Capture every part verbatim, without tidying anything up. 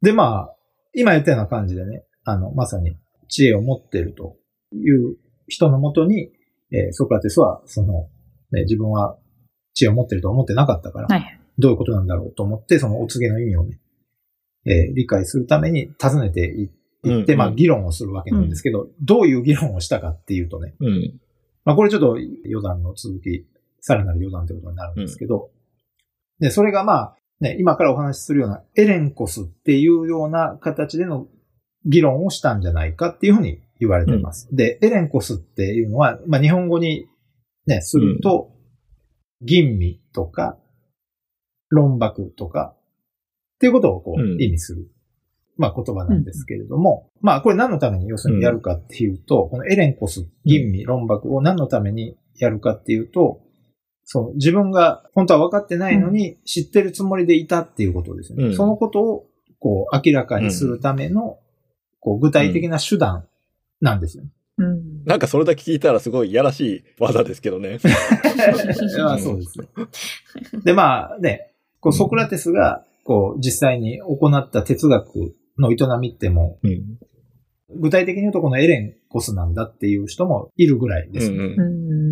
で、まあ、今言ったような感じでね、あの、まさに知恵を持っているという人のもとに、えー、ソクラテスは、その、ね、自分は知恵を持っていると思ってなかったから、はい、どういうことなんだろうと思って、そのお告げの意味をね、えー、理解するために尋ねていって、うんうん、まあ、議論をするわけなんですけど、うん、どういう議論をしたかっていうとね、うん、まあ、これちょっと余談の続き、さらなる余談ということになるんですけど、うん、で、それがまあ、ね、今からお話しするようなエレンコスっていうような形での議論をしたんじゃないかっていうふうに言われています。うん、で、エレンコスっていうのは、まあ、日本語にね、すると、吟味とか、論駁とか、っていうことをこう、意味する。まあ言葉なんですけれども、うん、まあこれ何のために要するにやるかっていうと、うん、このエレンコス、吟味、論駁を何のためにやるかっていうと、その自分が本当は分かってないのに知ってるつもりでいたっていうことですよね。うん、そのことをこう明らかにするためのこう具体的な手段なんですよね。 うん、なんかそれだけ聞いたらすごいいやらしい技ですけどね。 まあそうですね。でまあね、こうソクラテスがこう実際に行った哲学の営みっても、うん、具体的に言うとこのエレンコスなんだっていう人もいるぐらいです、ね。うんうん、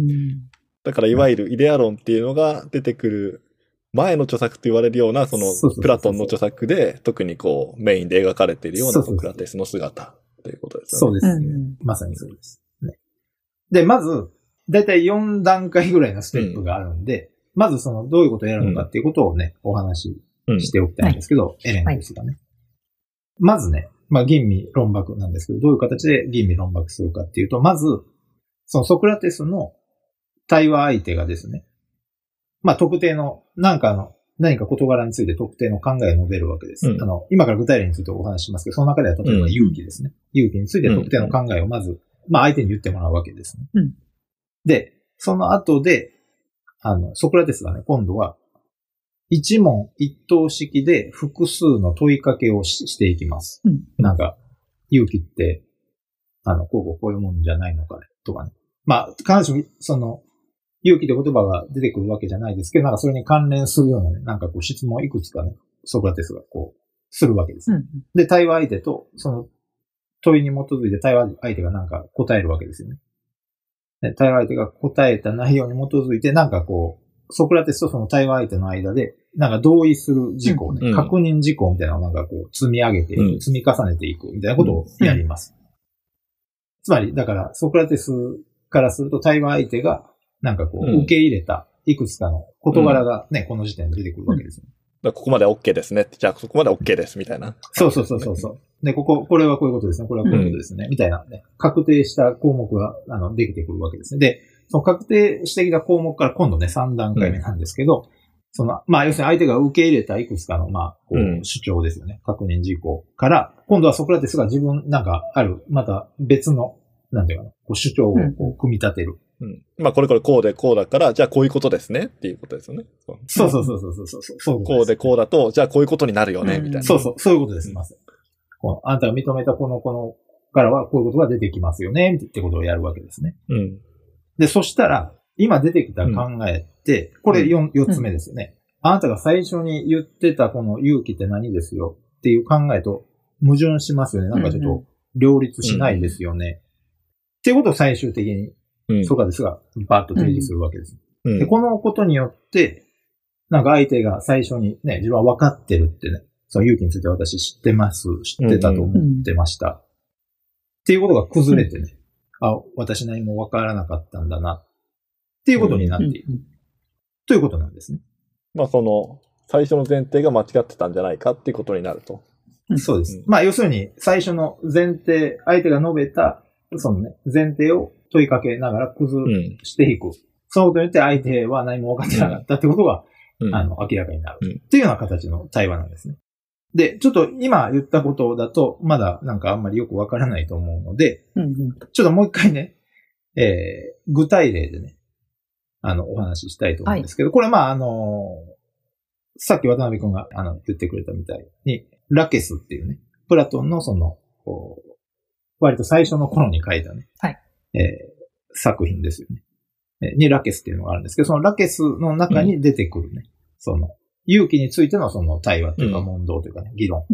だからいわゆるイデア論っていうのが出てくる前の著作と言われるようなそのプラトンの著作で特にこうメインで描かれているようなソクラテスの姿ということですよね。 そうです、ね。まさにそうです、ね。で、まずだいたいよん段階ぐらいのステップがあるんで、うん、まずそのどういうことをやるのかっていうことをね、お話ししておきたいんですけど、うんはい、エレンコスがね。はいまずね、まあ、吟味論駁なんですけど、どういう形で吟味論駁するかっていうと、まず、そのソクラテスの対話相手がですね、まあ、特定の、なんかの、何か事柄について特定の考えを述べるわけです。うん、あの、今から具体例についてお話ししますけど、その中では例えば勇気ですね。うん、勇気について特定の考えをまず、まあ、相手に言ってもらうわけですね。うん、で、その後で、あの、ソクラテスがね、今度は、一問一答式で複数の問いかけを し, していきます。うん、なんか、勇気って、あの、こうこうこういうもんじゃないのかね、とかね。まあ、必ずしも、その、勇気って言葉が出てくるわけじゃないですけど、なんかそれに関連するようなね、なんかこう質問をいくつかね、ソクラテスがこう、するわけです。うん、で、対話相手と、その問いに基づいて対話相手がなんか答えるわけですよね。で対話相手が答えた内容に基づいて、なんかこう、ソクラテスとその対話相手の間で、なんか同意する事項ね、うん、確認事項みたいなのをなんかこう積み上げていく、うん、積み重ねていくみたいなことをやります。うん、つまり、だからソクラテスからすると対話相手がなんかこう受け入れたいくつかの事柄がね、うん、この時点で出てくるわけですよ。 だからここまで OK ですね。じゃあそこまで OK ですみたいな、ね。 そうそうそうそうそう。で、ここ、これはこういうことですね。これはこういうことですね。うん、みたいなね。確定した項目が、あの、できてくるわけですね。で、その確定してきた項目から今度ね、さん段階目なんですけど、うん、その、まあ、要するに相手が受け入れたいくつかの、まあ、こう、主張ですよね。うん、確認事項から、今度はソクラテスが自分、なんか、ある、また別の、なんていうかな、こう主張をこう組み立てる。 うん。まあ、これこれこうでこうだから、じゃあこういうことですねっていうことですよね。 そうそうそうそうそうそうそう。 こうでこうだと、じゃあこういうことになるよね、みたいな。 そうそう、そういうことです。まず。このあなたが認めたこの、このからはこういうことが出てきますよね、ってことをやるわけですね。うん。で、そしたら、今出てきた考えって、うん、これ 4, 4つ目ですよね、うん。あなたが最初に言ってたこの勇気って何ですよっていう考えと矛盾しますよね。なんかちょっと両立しないですよね。うんうん、っていうことを最終的にソクラテスがバーッと提示するわけです。うん、でこのことによって、なんか相手が最初にね、自分は分かってるってね、その勇気について私知ってます、知ってたと思ってました。うんうん、っていうことが崩れてね、うん、あ、私何も分からなかったんだな、っていうことになっている。うんうん、ということなんですね。 まあその、最初の前提が間違ってたんじゃないかっていうことになると。 そうです。うん、まあ要するに、最初の前提、相手が述べた、そのね、前提を問いかけながら崩していく。うん、そのことによって相手は何も分かってなかったってことが、うん、あの、明らかになる。っていうような形の対話なんですね。で、ちょっと今言ったことだと、まだなんかあんまりよくわからないと思うので、うんうん、ちょっともう一回ね、えー、具体例でね、あの、お話ししたいと思うんですけど、はい、これまああの、さっき渡辺くんがあの言ってくれたみたいに、ラケスっていうね、プラトンのその、こう割と最初の頃に書いたね、はい、えー、作品ですよね。にラケスっていうのがあるんですけど、そのラケスの中に出てくるね、うん、その、勇気についてのその対話というか問答というかね、うん、議論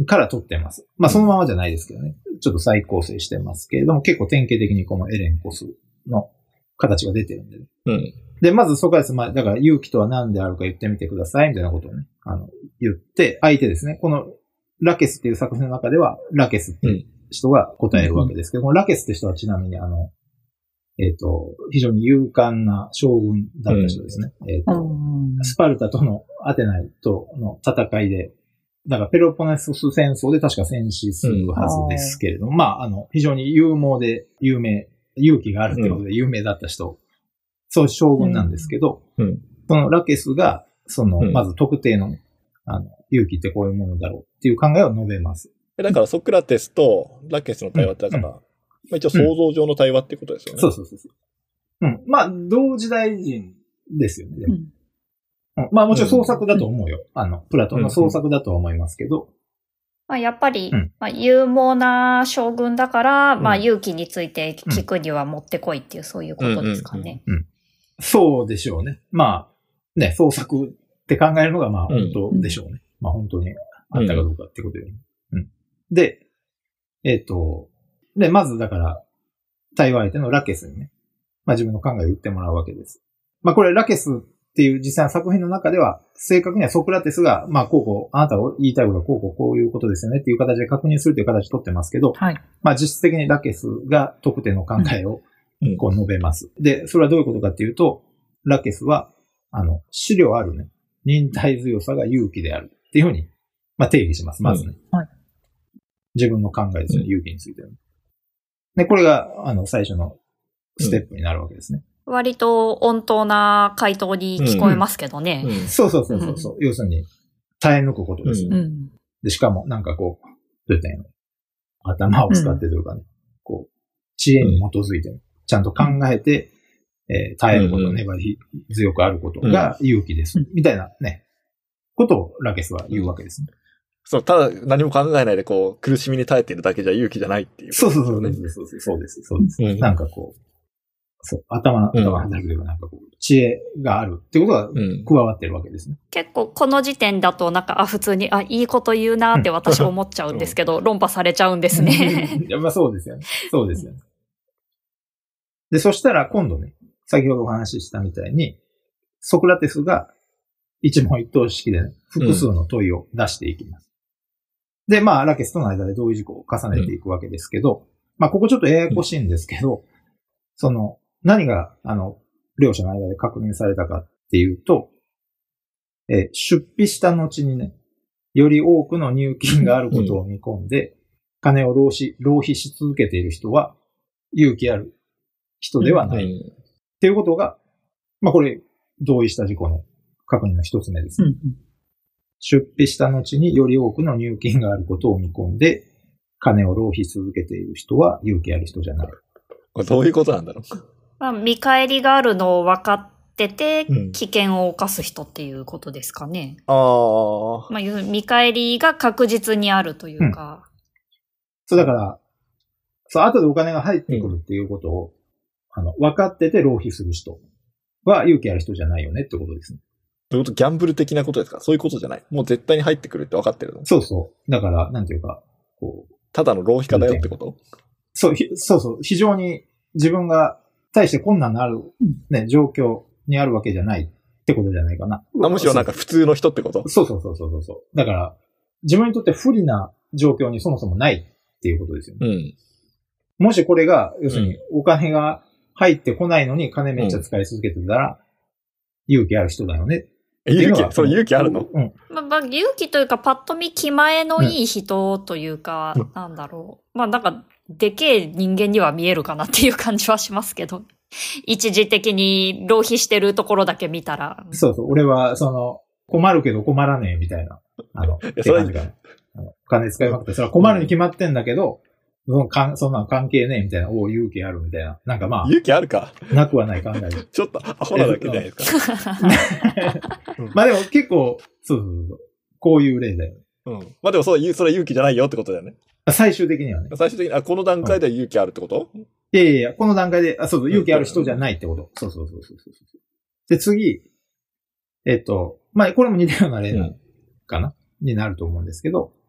から取ってます。まあそのままじゃないですけどね。ちょっと再構成してますけれども、結構典型的にこのエレンコスの形が出てるんで、ね。 うん。 で、まずそこです。まあ、だから勇気とは何であるか言ってみてください、みたいなことをね、あの、言って、相手ですね。このラケスっていう作品の中では、ラケスっていう人が答えるわけですけど、うん、このラケスって人はちなみにあの、えっと、非常に勇敢な将軍だった人ですね。うん、えっと、スパルタとのアテナイとの戦いで、だからペロポネソス戦争で確か戦死するはずですけれども、うん、まあ、あの、非常に勇猛で有名、勇気があるってことで有名だった人、うん、そう将軍なんですけど、うん、そのラケスが、その、まず特定の、ね、あの、勇気ってこういうものだろうっていう考えを述べます。 だからソクラテスとラケスの対話ってだから、うんうん、まあ、一応想像上の対話ってことですよね。 うん、そうそうそうそう。うん。まあ、同時代人ですよね。うんうん、まあもちろん創作だと思うよ。うん、あの、プラトンの創作だとは思いますけど。 まあ、やっぱり、うんまあ、勇猛な将軍だから、うん、まあ勇気について聞くにはもってこいっていう、そういうことですかね。 うんうんうんうん、そうでしょうね。まあ、ね、創作って考えるのがまあ本当でしょうね。うん、まあ本当にあったかどうかってことよね。うん、で、えっと、で、まずだから、対話相手のラケスにね、まあ自分の考えを言ってもらうわけです。まあこれラケスっていう実際の作品の中では、正確にはソクラテスが、まあこうこう、あなたを言いたいことはこうこうこういうことですよねっていう形で確認するという形を取ってますけど、はい、まあ実質的にラケスが特定の考えをこう述べます。うん、で、それはどういうことかっていうと、ラケスは、あの、資料あるね、忍耐強さが勇気であるっていうふうに、まあ定義します、まずね。うんはい、自分の考えですね、勇気については。で、これが、あの、最初のステップになるわけですね。 うん、割と温当な回答に聞こえますけどね。 うんうん、そうそうそうそうそう、うん。要するに、耐え抜くことですね、うん。で、しかも、なんかこう、どういったの頭を使ってというかね、うん、こう、知恵に基づいて、ね、ちゃんと考えて、うんえー、耐えること、粘り強くあることが勇気です。うん、みたいなね、ことをラケスは言うわけですね。 そう、ただ何も考えないでこう、苦しみに耐えているだけじゃ勇気じゃないっていう、ね。 そうそうそう、そうです、そうです、そうです。うん、なんかこう、そう、頭、頭働くというか、なんかこう、知恵があるっていうことが加わってるわけですね。 うん、結構、この時点だと、なんか、あ、普通に、あ、いいこと言うなって私思っちゃうんですけど、うん、論破されちゃうんですね。 いや、まあそうですよね。そうですよね。で、そしたら今度ね、先ほどお話ししたみたいに、ソクラテスが一問一答式でね、複数の問いを出していきます。うん、で、まあ、ラケスとの間で同意事項を重ねていくわけですけど、うん、まあ、ここちょっとややこしいんですけど、うん、その、何が、あの、両者の間で確認されたかっていうと、え、出費した後にね、より多くの入金があることを見込んで、うん、金を浪費、浪費し続けている人は、勇気ある人ではない。うん、っていうことが、まあ、これ、同意した事項の確認の一つ目です、ね。うん、出費した後により多くの入金があることを見込んで、金を浪費し続けている人は勇気ある人じゃない。 これどういうことなんだろう。 まあ、見返りがあるのを分かってて、危険を冒す人っていうことですかね。 うん、ああ。 まあ、見返りが確実にあるというか。 うん、そうだから、そう、後でお金が入ってくるっていうことを、うん、あの、分かってて浪費する人は勇気ある人じゃないよねってことですね。 どういうこと？ギャンブル的なことですか？そういうことじゃない。もう絶対に入ってくるって分かってるの？ そうそう。だから、なんていうか、こう。 ただの浪費家だよってこと？ そう、そうそう。非常に自分が対して困難のある、ね、状況にあるわけじゃないってことじゃないかな。 あ、むしろなんか普通の人ってこと？ そうそうそうそうそう。だから、自分にとって不利な状況にそもそもないっていうことですよね。うん。もしこれが、要するにお金が入ってこないのに金めっちゃ使い続けてたら、うん、勇気ある人だよね。 勇気、そう勇気あるの？ うん。 まあ、まあ、勇気というか、パッと見気前のいい人というか、うん、なんだろう。まあ、なんか、でけえ人間には見えるかなっていう感じはしますけど。一時的に浪費してるところだけ見たら。 そうそう。俺は、その、困るけど困らねえみたいな。あの、って感じかな。あの金使いまくって、それは困るに決まってんだけど、うん、かそんなの関係ねえみたいな、お勇気あるみたいな。なんかまあ。 勇気あるか。 なくはない考え。 ちょっとアホなだけじゃないですか。 まあでも結構、そうそうそう。こういう例だよ。 うん。まあでもそう、それは勇気じゃないよってことだよね。 最終的にはね。 最終的に、あ、この段階では勇気あるってこと？ うん、いやいやいや、この段階で、あ、そうそう、勇気ある人じゃないってこと。そうそうそうそうそう。で、次、えっと、まあこれも似たような例なのかな、うん、になると思うんですけど、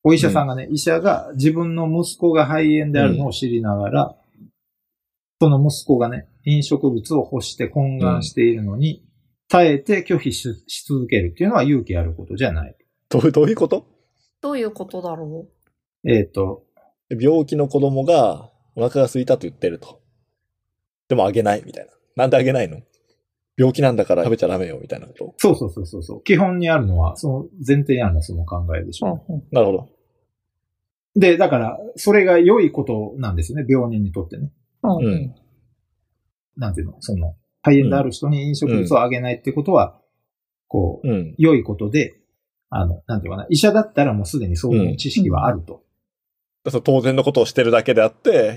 お医者さんがね、うん、医者が自分の息子が肺炎であるのを知りながら、うん、その息子がね、飲食物を欲して懇願しているのに、うん、耐えて拒否 し, し続けるっていうのは勇気あることじゃない。 どう、どういうこと？ どういうことだろう？ えっと、 病気の子供がお腹が空いたと言ってると。でもあげないみたいな。なんであげないの？病気なんだから食べちゃダメよみたいなこと。 そうそうそうそうそう。基本にあるのは、その前提にあるのはその考えでしょう、 ね。なるほど。 で、だから、それが良いことなんですよね、病人にとってね。 うん。 なんていうの、その、肺炎である人に飲食物をあげないってことは、うん、こう、うん、良いことで、あの、なんていうかな、医者だったらもうすでにそういう知識はあると。 うん、当然のことをしてるだけであって、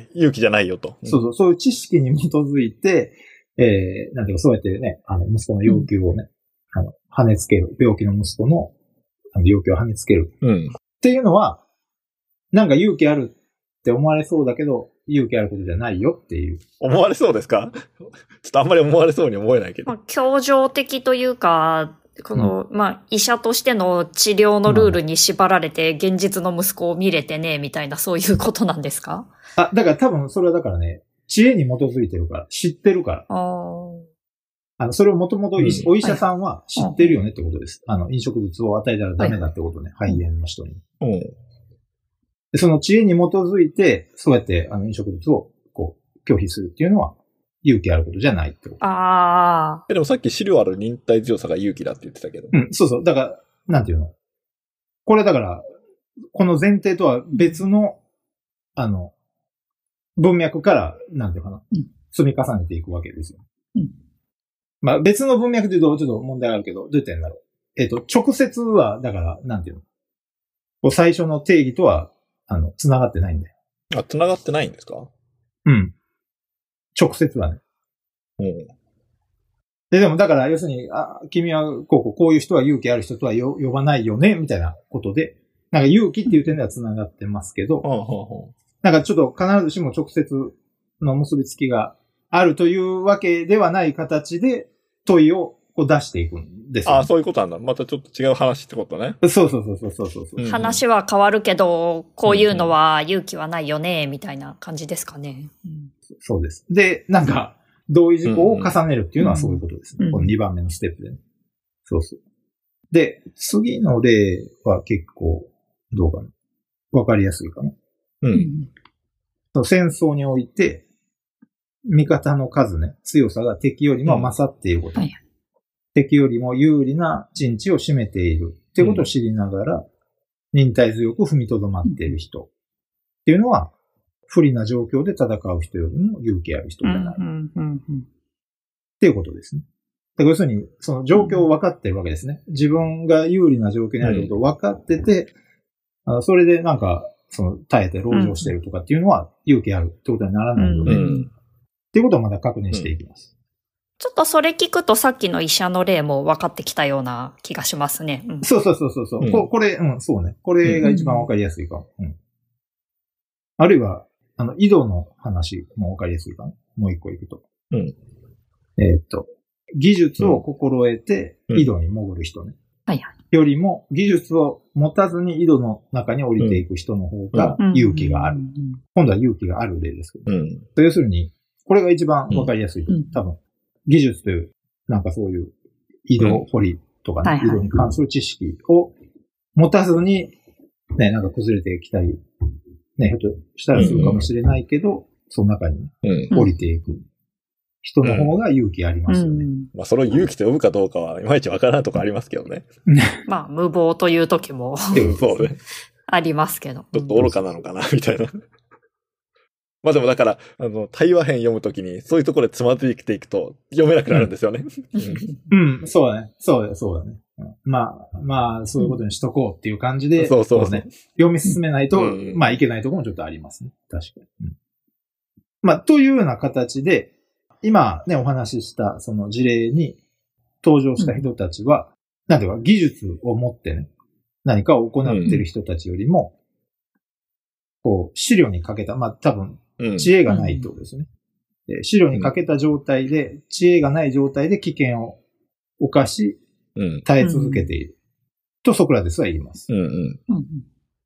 勇気じゃないよと。 うん、そうそう、そういう知識に基づいて、えー、なんていうか、そうやってね、あの、息子の要求をね、うん、あの、跳ねつける。病気の息子の、あの、要求を跳ねつける。 うん。 っていうのは、なんか勇気あるって思われそうだけど、勇気あることじゃないよっていう。 思われそうですか？ちょっとあんまり思われそうに思えないけど。 まあ、協情的というか、この、うん、まあ、医者としての治療のルールに縛られて、現実の息子を見れてね、みたいな、そういうことなんですか？ あ、だから多分それはだからね、知恵に基づいてるから、知ってるから。 ああの、それをもともとお医者さんは知ってるよねってことです。はい、あの、飲食物を与えたらダメだってことね、はい、肺炎の人に。 うん。 で、その知恵に基づいて、そうやって、あの、飲食物を、こう、拒否するっていうのは、勇気あることじゃないってこと。 ああ。 でもさっき資料ある忍耐強さが勇気だって言ってたけど。 うん、そうそう。だから、なんていうの？これだから、この前提とは別の、あの、文脈から、なんていうかな、うん、積み重ねていくわけですよ。 うん、 まあ別の文脈で言うとちょっと問題あるけど、どういったんだろう。えっと、直接は、だから、なんていうの？こう最初の定義とは、あの、繋がってないんだよ。 あ、繋がってないんですか？ うん。直接はね。 うん。 で、でもだから、要するに、あ、君は、こう、こう、こういう人は勇気ある人とはよ呼ばないよね、みたいなことで、なんか勇気っていう点では繋がってますけど、 うんうんうん、 なんかちょっと必ずしも直接の結びつきがあるというわけではない形で問いをこう出していくんですよ、ね。 ああ、そういうことなんだ。またちょっと違う話ってことね。 そうそうそうそうそうそう、うんうん。 話は変わるけど、こういうのは勇気はないよね、みたいな感じですかね。 うん、そうです。で、なんか、同意事項を重ねるっていうのはそういうことですね。うんうん、このにばんめのステップで、ね。そうそう。で、次の例は結構、どうかな。わかりやすいかな。 うん。 戦争において、味方の数ね、強さが敵よりも勝っていること。うんはい、敵よりも有利な陣地を占めているっていうことを知りながら、忍耐強く踏みとどまっている人っていうのは、不利な状況で戦う人よりも勇気ある人じゃない。 うんうんうんうん、 っていうことですね。だから要するに、その状況を分かってるわけですね。自分が有利な状況にあることを分かってて、うん、それでなんか、その耐えて籠城してるとかっていうのは勇気あるってことにならないので、うん、っていうことをまだ確認していきます。 ちょっとそれ聞くとさっきの医者の例も分かってきたような気がしますね。うん、 そうそうそうそう、うんこ。これ、うん、そうね。これが一番分かりやすいかも。うん、あるいは、あの、井戸の話も分かりやすいかな。もう一個いくと。 うん、 えー、っと、技術を心得て井戸に潜る人ね。 うん、はいはい。 よりも技術を持たずに井戸の中に降りていく人の方が勇気がある。うんうん、今度は勇気がある例ですけど。 うん、 要するに、これが一番分かりやすいと。うん、多分、技術という、なんかそういう井戸掘りとかね、うん、井戸に関する知識を持たずに、ね、なんか崩れてきたり、ね、ひょっとしたらするかもしれないけど、うん、その中に降りていく人の方が勇気ありますよね。うんうん、 まあ、それを勇気と呼ぶかどうかは、いまいちわからないとこありますけどね。 まあ、無謀という時もそうね。 ありますけど。 ちょっと愚かなのかな、みたいな。まあでもだから、あの、対話編読むときに、そういうところでつまずいていくと、読めなくなるんですよね。 うん、うん、そうだね。そうだ、そうだね。まあ、まあ、そういうことにしとこうっていう感じで、うん、 そうそうそうね。読み進めないと、うん、まあ、いけないところもちょっとありますね。確かに。うん、まあ、というような形で、今ね、お話しした、その事例に登場した人たちは、うん、なんていうか、技術を持ってね、何かを行っている人たちよりも、うん、こう、資料にかけた、まあ、多分、知恵がないってことですね。うん、資料にかけた状態で、知恵がない状態で危険を冒し、耐え続けている。とソクラテスは言います。 うんうん、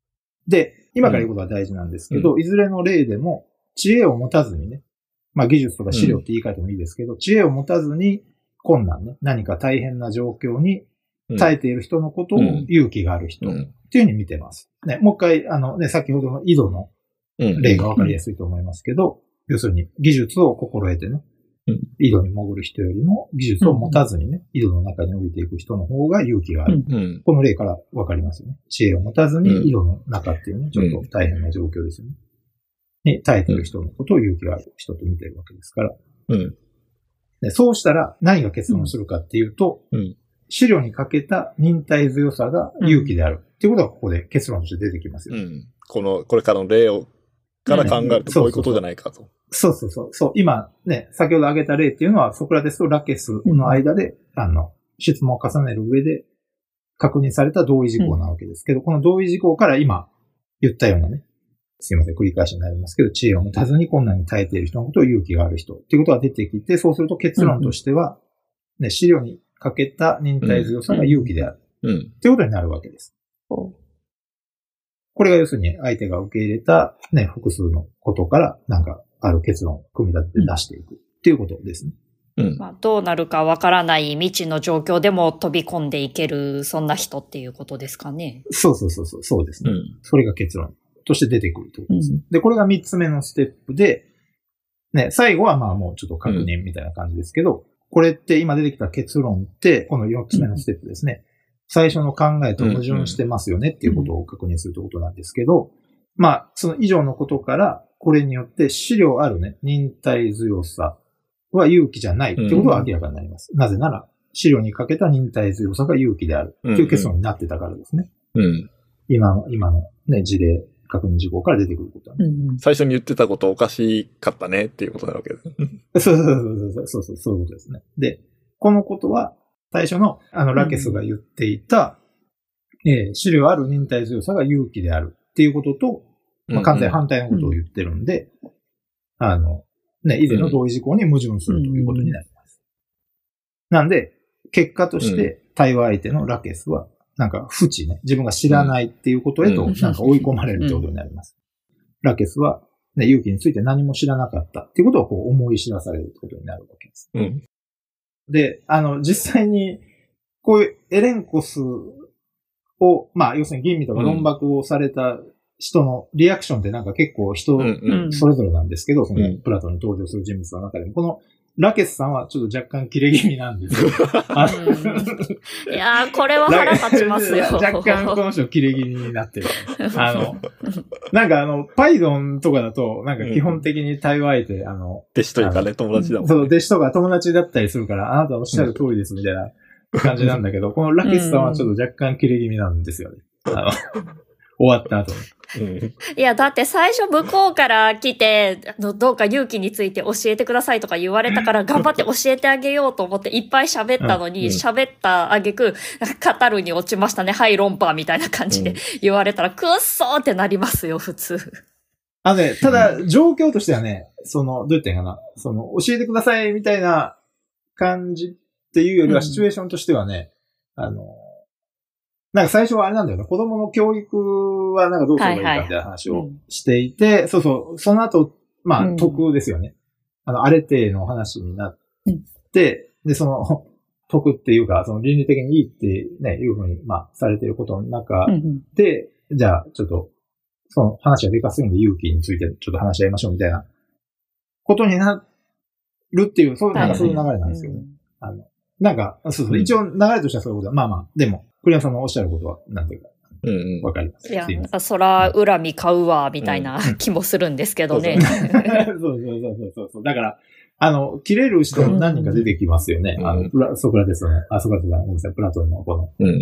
で、今から言うことは大事なんですけど、うん、いずれの例でも、知恵を持たずにね、まあ技術とか資料って言い換えてもいいですけど、うん、知恵を持たずに困難ね、何か大変な状況に耐えている人のことを勇気がある人っていうふうに見てます。ね、もう一回、あのね、先ほどの井戸の例がわかりやすいと思いますけど、うん、要するに技術を心得てね、うん、井戸に潜る人よりも技術を持たずにね、井戸の中に降りていく人の方が勇気がある。うん、この例からわかりますよね。知恵を持たずに井戸の中っていうね、ちょっと大変な状況ですよね。に耐えている人のことを勇気がある人と見ているわけですから。うん、でそうしたら何が結論するかっていうと、うん、資料にかけた忍耐強さが勇気である。っていうことがここで結論として出てきますよ。うん、 この、これからの例を、から考えるとこういうことじゃないかと。 そうそうそう。そう。今ね、先ほど挙げた例っていうのはソクラテスとラケスの間で、あの、質問を重ねる上で確認された同意事項なわけですけど、うん、この同意事項から今言ったようなね、すいません、繰り返しになりますけど、知恵を持たずに困難に耐えている人のことを勇気がある人っていうことが出てきて、そうすると結論としては、ね、資料にかけた忍耐強さが勇気である。うん。っていうことになるわけです。うんこれが要するに相手が受け入れたね、複数のことからなんかある結論を組み立てて出していくっていうことですね。 うん。まあ、どうなるかわからない未知の状況でも飛び込んでいける、そんな人っていうことですかね。 そうそうそうそう、そうですね。うん、それが結論として出てくるということですね。うん、で、これが三つ目のステップで、ね、最後はまあもうちょっと確認みたいな感じですけど、うん、これって今出てきた結論って、この四つ目のステップですね。うん最初の考えと矛盾してますよねっていうことを確認するということなんですけど、まあ、その以上のことから、これによって資料あるね、忍耐強さは勇気じゃないっていうことが明らかになります。なぜなら、資料にかけた忍耐強さが勇気であるっていう結論になってたからですね。うん、今の、今のね、事例、確認事項から出てくることは、ねうん、最初に言ってたことおかしかったねっていうことなわけです。 そうそうそうそうそう、そういうことですね。で、このことは、最初の、あの、ラケスが言っていた、うん、えー、資料ある忍耐強さが勇気であるっていうことと、まあ、完全反対のことを言ってるんで、うんうん、あの、ね、以前の同意事項に矛盾するということになります。うん、なんで、結果として、対話相手のラケスは、なんか、不知ね、自分が知らないっていうことへと、なんか追い込まれるってことになります。ラケスは、ね、勇気について何も知らなかったっていうことをこう思い知らされるってことになるわけです。うんで、あの、実際に、こういうエレンコスを、まあ、要するに吟味とか論駁をされた人のリアクションってなんか結構人それぞれなんですけど、そのプラトンに登場する人物の中でも、このラケスさんはちょっと若干切れ気味なんですよ。 いやー、これは腹立ちますよ。 若干この人切れ気味になってる。あの、なんかあの、パイドンとかだと、なんか基本的に対話相手、あの、 弟子というかね、友達だもんね。 そう、弟子とか友達だったりするから、あなたおっしゃる通りですみたいな感じなんだけど、このラケスさんはちょっと若干切れ気味なんですよね。あの終わった後に。 うん、いや、だって最初向こうから来て、あのどうか勇気について教えてくださいとか言われたから頑張って教えてあげようと思っていっぱい喋ったのに、喋、うん、った挙句、語るに落ちましたね。はい、論破みたいな感じで言われたら、うん、くっそーってなりますよ、普通。 あのね、ただ、状況としてはね、その、どう言ってんかな、その、教えてくださいみたいな感じっていうよりは、シチュエーションとしてはね、うん、あの、なんか最初はあれなんだよね。子供の教育はなんかどうすればいいかみたいな話をしていて、はいはいうん、そうそう、その後、まあ、徳ですよね。うん、あの、アレテの話になって、うん、で、その、徳っていうか、その倫理的にいいってね、いうふうに、まあ、されていることの中で、うん、じゃあ、ちょっと、その話がでかすぎるんで勇気についてちょっと話し合いましょうみたいなことになるっていう、そういう、なんかそういう流れなんですよね。はいはい、あの、なんか、そうそう、一応流れとしてはそういうことだ。まあまあ、でも、栗山さんのおっしゃることは、なんていうか、うんうん、わかります。 いや、そら、恨み買うわ、みたいな気もするんですけどね。 そうそうそうそう。だから、あの、切れる人何人か出てきますよね。うん、あの、プラソクラテスの、あ、ソクラテスの、ごめんなさい、プラトンのこの、うん、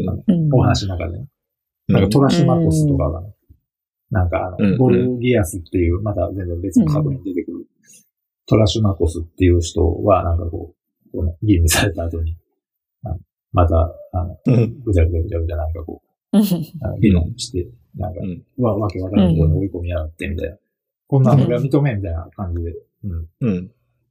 お話の中で、ね、なんかトラシマコスとかが、ね、なんかあの、うん、ゴルギアスっていう、また全然別の作品に出てくる、うん、トラシマコスっていう人は、なんかこう、この吟味された後に、また、あの、ぐちゃぐちゃぐちゃぐちゃなんかこう、議論して、なんか、うん、わ、わけわからんところに追い込みやがって、みたいな。こんなの俺は認めんみたいな感じで、うん。うん。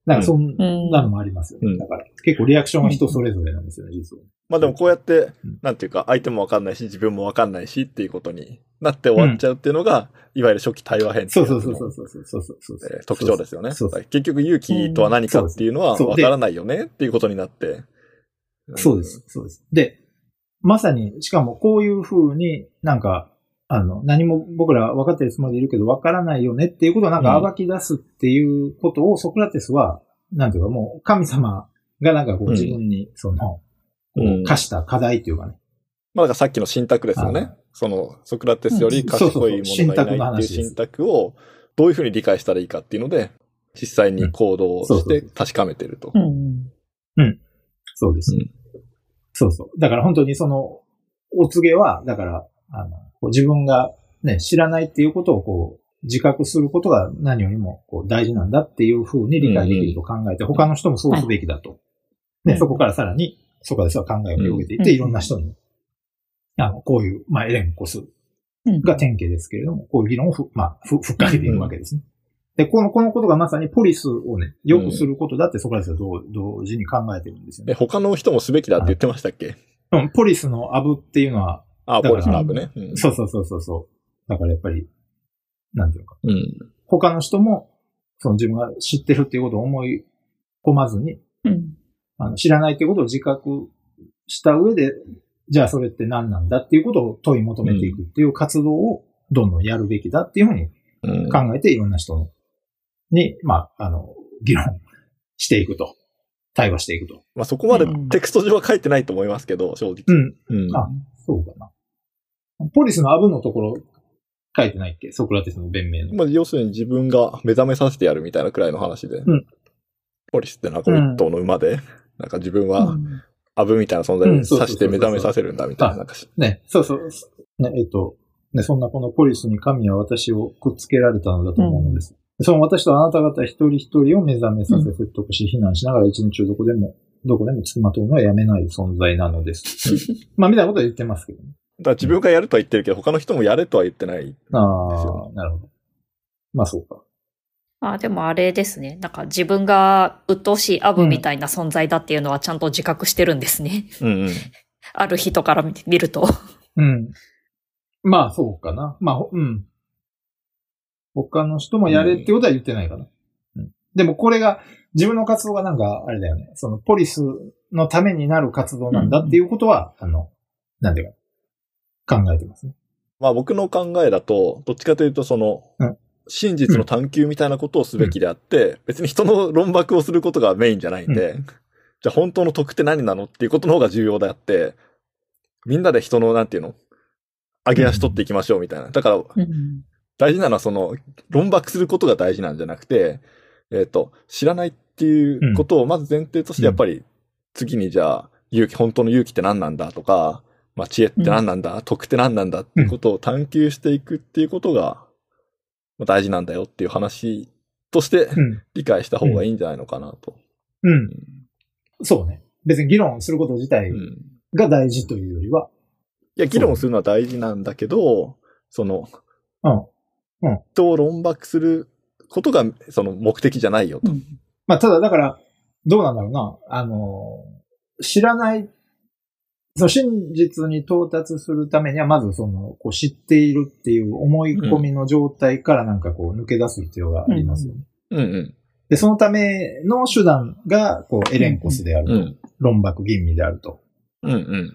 なんかそんなのもありますよね。うん、だから結構リアクションは人それぞれなんですよね、実は。 まあでもこうやって、なんていうか、相手もわかんないし、自分もわかんないしっていうことになって終わっちゃうっていうのが、うん、いわゆる初期対話編っていうそうそうそうそうそうそうそうそう、 えー、特徴ですよね。そうそう結局勇気とは何かっていうのはわからないよねっていうことになって。 そうです、そうです。で、まさに、しかもこういう風になんか、あの、何も僕ら分かってるつもりでいるけど分からないよねっていうことをなんか暴き出すっていうことをソクラテスは、うん、なんていうかもう神様がなんかこう自分にその、うん、課した課題というかね。 まあだからさっきの信託ですよね。そのソクラテスより賢い者がいないっていう信託をどういうふうに理解したらいいかっていうので、実際に行動して確かめてると。 うん。うん。そうです、うん。そうそう。だから本当にその、お告げは、だから、あの、こう自分がね、知らないっていうことをこう、自覚することが何よりもこう大事なんだっていうふうに理解できると考えて、うんうん、他の人もそうすべきだと。ね、うん、そこからさらに、そこでは考えを広げていって、うん、いろんな人に、あの、こういう、まあ、エレンコスが典型ですけれども、こういう議論をふ、まあ、ふ、ふっかけているわけですね。で、この、このことがまさにポリスをね、良くすることだってソクラテスは同同時に考えてるんですよね。 え、他の人もすべきだって言ってましたっけ？ うん、ポリスのアブっていうのは、 ああ、ポリスのアブね、 うん。そうそうそうそうそう。だからやっぱり、なんていうか。 うん。 他の人も、その自分が知ってるっていうことを思い込まずに、うん、あの知らないっていうことを自覚した上で、じゃあそれって何なんだっていうことを問い求めていくっていう活動をどんどんやるべきだっていうふうに考えて、いろんな人に、まあ、あの、議論していくと。対話していくと。 まあそこまでテクスト上は書いてないと思いますけど、正直。 うん。うん。あ、そうかな。ポリスのアブのところ書いてないっけ？ソクラテスの弁明の。 まあ要するに自分が目覚めさせてやるみたいなくらいの話で。うん。ポリスってのはこう一頭の馬で、うん、なんか自分はアブみたいな存在をさして目覚めさせるんだみたいな。 ね、そうそう。ね、えっと、ね、そんなこのポリスに神は私をくっつけられたのだと思うのです。うんその私とあなた方一人一人を目覚めさせ説得し、避難しながら一日中どこでも、どこでも付きまとうのはやめない存在なのです。まあ、みたいなことは言ってますけどね。 だから自分がやるとは言ってるけど、他の人もやれとは言ってないですよ。 ああ、なるほど。まあ、そうか。 あでもあれですね。なんか自分が鬱陶しいアブみたいな存在だっていうのはちゃんと自覚してるんですね。 うんうん。 ある人から見ると。 うん。まあ、そうかな。まあ、うん。他の人もやれってことは言ってないかな。うん、でもこれが、自分の活動がなんか、あれだよね。そのポリスのためになる活動なんだっていうことは、うん、あの、なんていうか、考えてますね。 まあ僕の考えだと、どっちかというとその、うん、真実の探求みたいなことをすべきであって、うん、別に人の論駁をすることがメインじゃないんで、うん、じゃあ本当の得って何なのっていうことの方が重要であって、みんなで人の、なんていうの上げ足取っていきましょうみたいな。だから、うん大事なのはその論駁することが大事なんじゃなくて、えっと、知らないっていうことをまず前提としてやっぱり次にじゃあ勇気、本当の勇気って何なんだとか、まあ知恵って何なんだ、徳って何なんだっていうことを探求していくっていうことが大事なんだよっていう話として理解した方がいいんじゃないのかなと。 うん。うん、そうね。別に議論すること自体が大事というよりは。 いや、議論するのは大事なんだけど、その、 うんうん。人を論駁することが、その目的じゃないよと。うん、 まあ、ただ、だから、どうなんだろうな。あの、知らない、その真実に到達するためには、まずその、こう知っているっていう思い込みの状態からなんかこう抜け出す必要がありますよね。 うんうん。 で、そのための手段が、こう、エレンコスであると。うん、論駁吟味であると。 うんうん。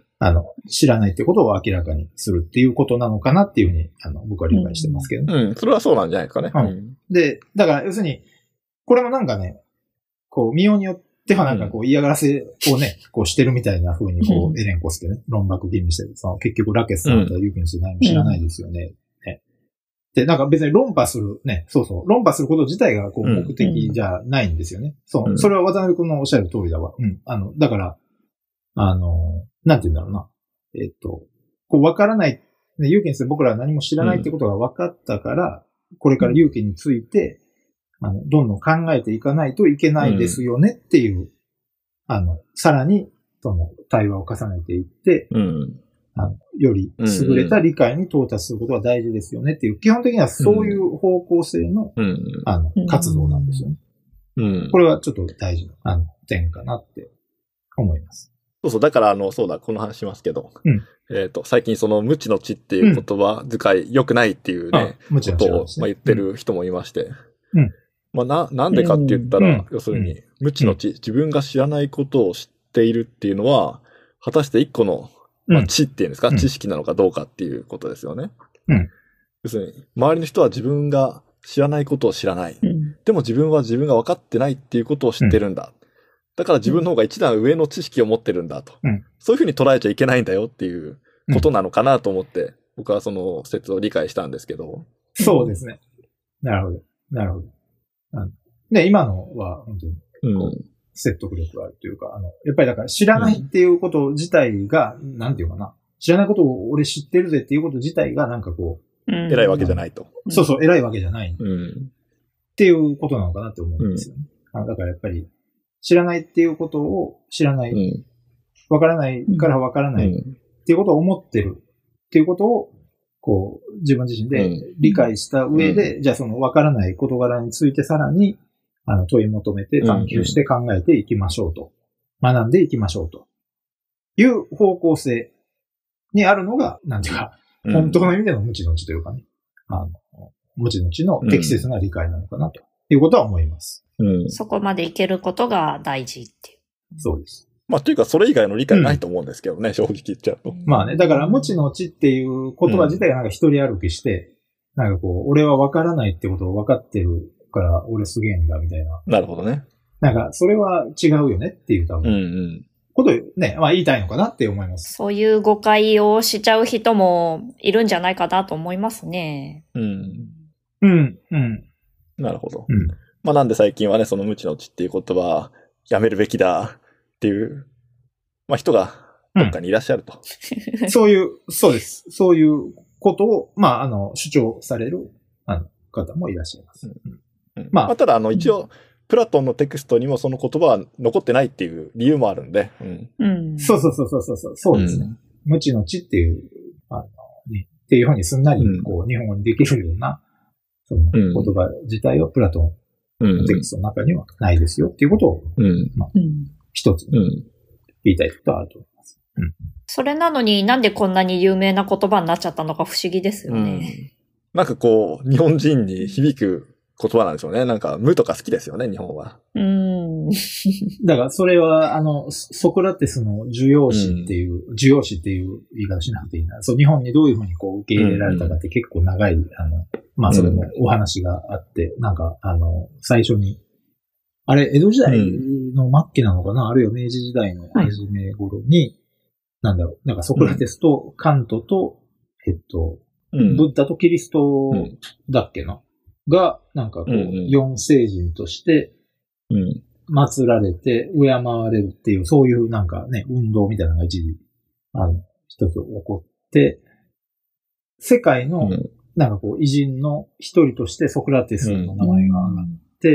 あの、知らないってことを明らかにするっていうことなのかなっていうふうに、あの、僕は理解してますけどね。 うん、うん、それはそうなんじゃないですかね。 うん。で、だから、要するに、これもなんかね、こう、見ようによってはなんかこう、嫌がらせをね、こうしてるみたいな風に、こう、うん、エレンコスってね、論駁吟味してる。その、結局、ラケスさんだったら勇気にして何も知らないですよね。うん、ね。で、なんか別に論破する、ね、そうそう、論破すること自体がこう、目的じゃないんですよね。そう、それは渡辺君のおっしゃる通りだわ。うん。あの、だから、あの、なんて言うんだろうな。えっと、こう、わからない、ね、勇気について僕らは何も知らないってことが分かったから、うん、これから勇気について、あの、どんどん考えていかないといけないですよねっていう、うん、あの、さらに、その、対話を重ねていって、 うん、 あのより優れた理解に到達することが大事ですよねっていう、基本的にはそういう方向性の、 うん、 あの、活動なんですよね。 うん。 これはちょっと大事なあの点かなって思います。 そうそう。だから、あの、そうだ、この話しますけど。 うん。 えっと、最近その無知の知っていう言葉遣い良くないっていうね、 うん、 ことを、まあ、言ってる人もいまして。 うん。 まあ、な、なんでかって言ったら、 うん、 要するに、無知の知、自分が知らないことを知っているっていうのは、果たして一個の、まあ、知っていうんですか、うん、知識なのかどうかっていうことですよね。 うん。 要するに、周りの人は自分が知らないことを知らない。うん、でも自分は自分が分かってないっていうことを知ってるんだ。うん、だから自分の方が一段上の知識を持ってるんだと。うん、そういうふうに捉えちゃいけないんだよっていうことなのかなと思って、うん、僕はその説を理解したんですけど。 そうですね。なるほど。なるほど。で、今のは本当にこう、うん、説得力があるというか、あの、やっぱりだから知らないっていうこと自体が、うん、なんていうかな。知らないことを俺知ってるぜっていうこと自体がなんかこう。 うん、偉いわけじゃないと。 そうそう、偉いわけじゃない。 うん、 っていうことなのかなって思うんですよね。うん、だからやっぱり、知らないっていうことを知らない。わ、うん、からないからわからないっていうことを思ってるっていうことを、こう、自分自身で理解した上で、うん、じゃあそのわからない事柄についてさらに、あの、問い求めて探求して考えていきましょうと。学んでいきましょうと。いう方向性にあるのが、なんていうか、本当の意味での無知の知というかね。あの、無知の知の適切な理解なのかなということは思います。 うん、そこまでいけることが大事っていう。 そうです。 まあ、というか、それ以外の理解ないと思うんですけどね、うん、正直言っちゃうと。 まあね、だから、無知の知っていう言葉自体がなんか一人歩きして、うん、なんかこう、俺は分からないってことを分かってるから、俺すげえんだ、みたいな。 なるほどね。 なんか、それは違うよねっていう多分、うんうん、ことをね、まあ言いたいのかなって思います。 そういう誤解をしちゃう人もいるんじゃないかなと思いますね。 うん。 うん、うん。 なるほど。 うん、 まあなんで最近はね、その無知の知っていう言葉、やめるべきだっていう、まあ人がどっかにいらっしゃると。 うん、そういう、そうです。そういうことを、まああの、主張されるあの方もいらっしゃいます。うんうん、まあ、まあ、ただあの一応、うん、プラトンのテクストにもその言葉は残ってないっていう理由もあるんで。 うんうん、 そうそうそうそうそう。そうですね。うん、無知の知っていう、あの、ね、っていうふうにすんなり、こう、日本語にできるような、その言葉自体はプラトンのテキストの中にはないですよっていうことを、 うん、 まあ、一つ言いたいことはあると思います。うん、 それなのになんでこんなに有名な言葉になっちゃったのか不思議ですよね。 うん、なんかこう、日本人に響く言葉なんでしょうね。なんか、無とか好きですよね、日本は。 うん。 だから、それは、あの、ソクラテスの受容詞っていう、うん、受容詞っていう言い方しなくていいな。そう、日本にどういうふうにこう受け入れられたかって結構長い、あの、まあ、それもお話があって、うん、なんか、あの、最初に、あれ、江戸時代の末期なのかな、うん、あるいは明治時代の初め頃に、はい、なんだろう、なんかソクラテスとカントと、えっと、うん、ブッダとキリストだっけな、が、なんかこう、四聖人として、祀られて、敬われるっていう、そういうなんかね、運動みたいなのが一時、あの、一つ起こって、世界の、なんかこう、偉人の一人としてソクラテスの名前が上がって、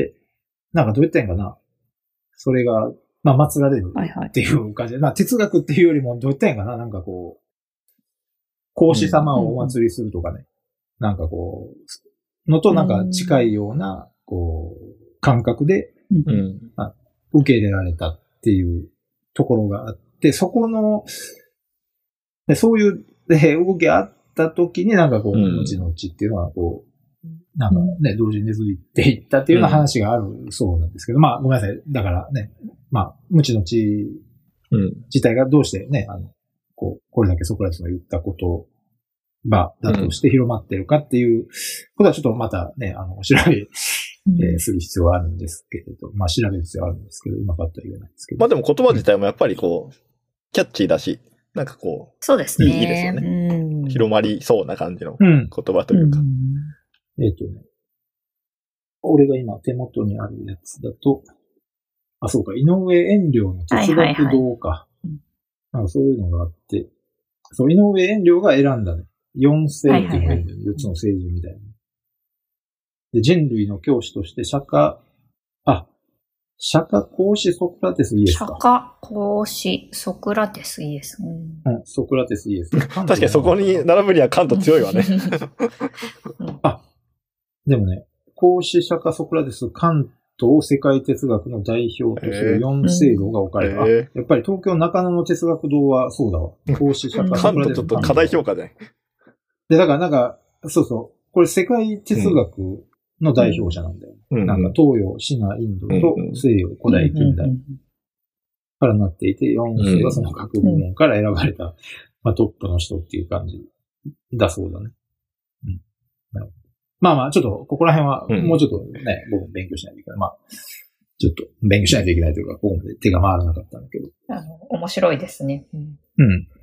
なんかどう言ったらいいんかな。それが、まあ、祀られるっていう感じで、まあ、哲学っていうよりもどう言ったらいいんかな。なんかこう、孔子様をお祭りするとかね。なんかこう、のとなんか近いような、こう、感覚で、 うん、 受け入れられたっていうところがあって、そこの、そういう動きがあった時になんかこう、無知の知っていうのはこう、なんかね、同時に根付いていったっていうような話があるそうなんですけど、まあごめんなさい。だからね、まあ、無知の知自体がどうしてね、あの、こう、これだけソクラテスが言ったことが、だとして広まってるかっていうことはちょっとまたね、あの、調べ、えー、する必要はあるんですけれど、まあ調べる必要はあるんですけど、今パッとは言えないんですけど。 まあでも言葉自体もやっぱりこう、キャッチーだし、なんかこう、 そうですね。 いいですよね。うん、広まりそうな感じの言葉というか。うんうん、えっとね、俺が今手元にあるやつだと、あ、そうか、井上遠慮の哲学堂か。はいはいはい、なんかそういうのがあって、そう、井上遠慮が選んだね。四聖人がいるんだよね。四つの聖人みたいな。で、人類の教師として釈迦、あ、釈迦孔子ソクラテスイエスか。 釈迦孔子ソクラテスイエス。うん、 うん、ソクラテスイエス。 確かにそこに並ぶにはカント強いわね。 あ、でもね、孔子釈迦ソクラテスカントを世界哲学の代表とするよん聖堂が置かれた。えー、やっぱり東京中野の哲学堂はそうだわ。孔子社会。 関東ちょっと過大評価じゃない。 で、だからなんか、そうそう。これ世界哲学の代表者なんだよ。うん、なんか東洋、シナ、インドと西洋、古代、近代からなっていて、よん世がその各部門から選ばれた、まあ、トップの人っていう感じだそうだね。うん、なるほど。まあまあ、ちょっと、ここら辺は、もうちょっとね、うん、僕も勉強しないといけない。まあ、ちょっと勉強しないといけないというか、ここまで手が回らなかったんだけど。 あの面白いですね。 うん。うん。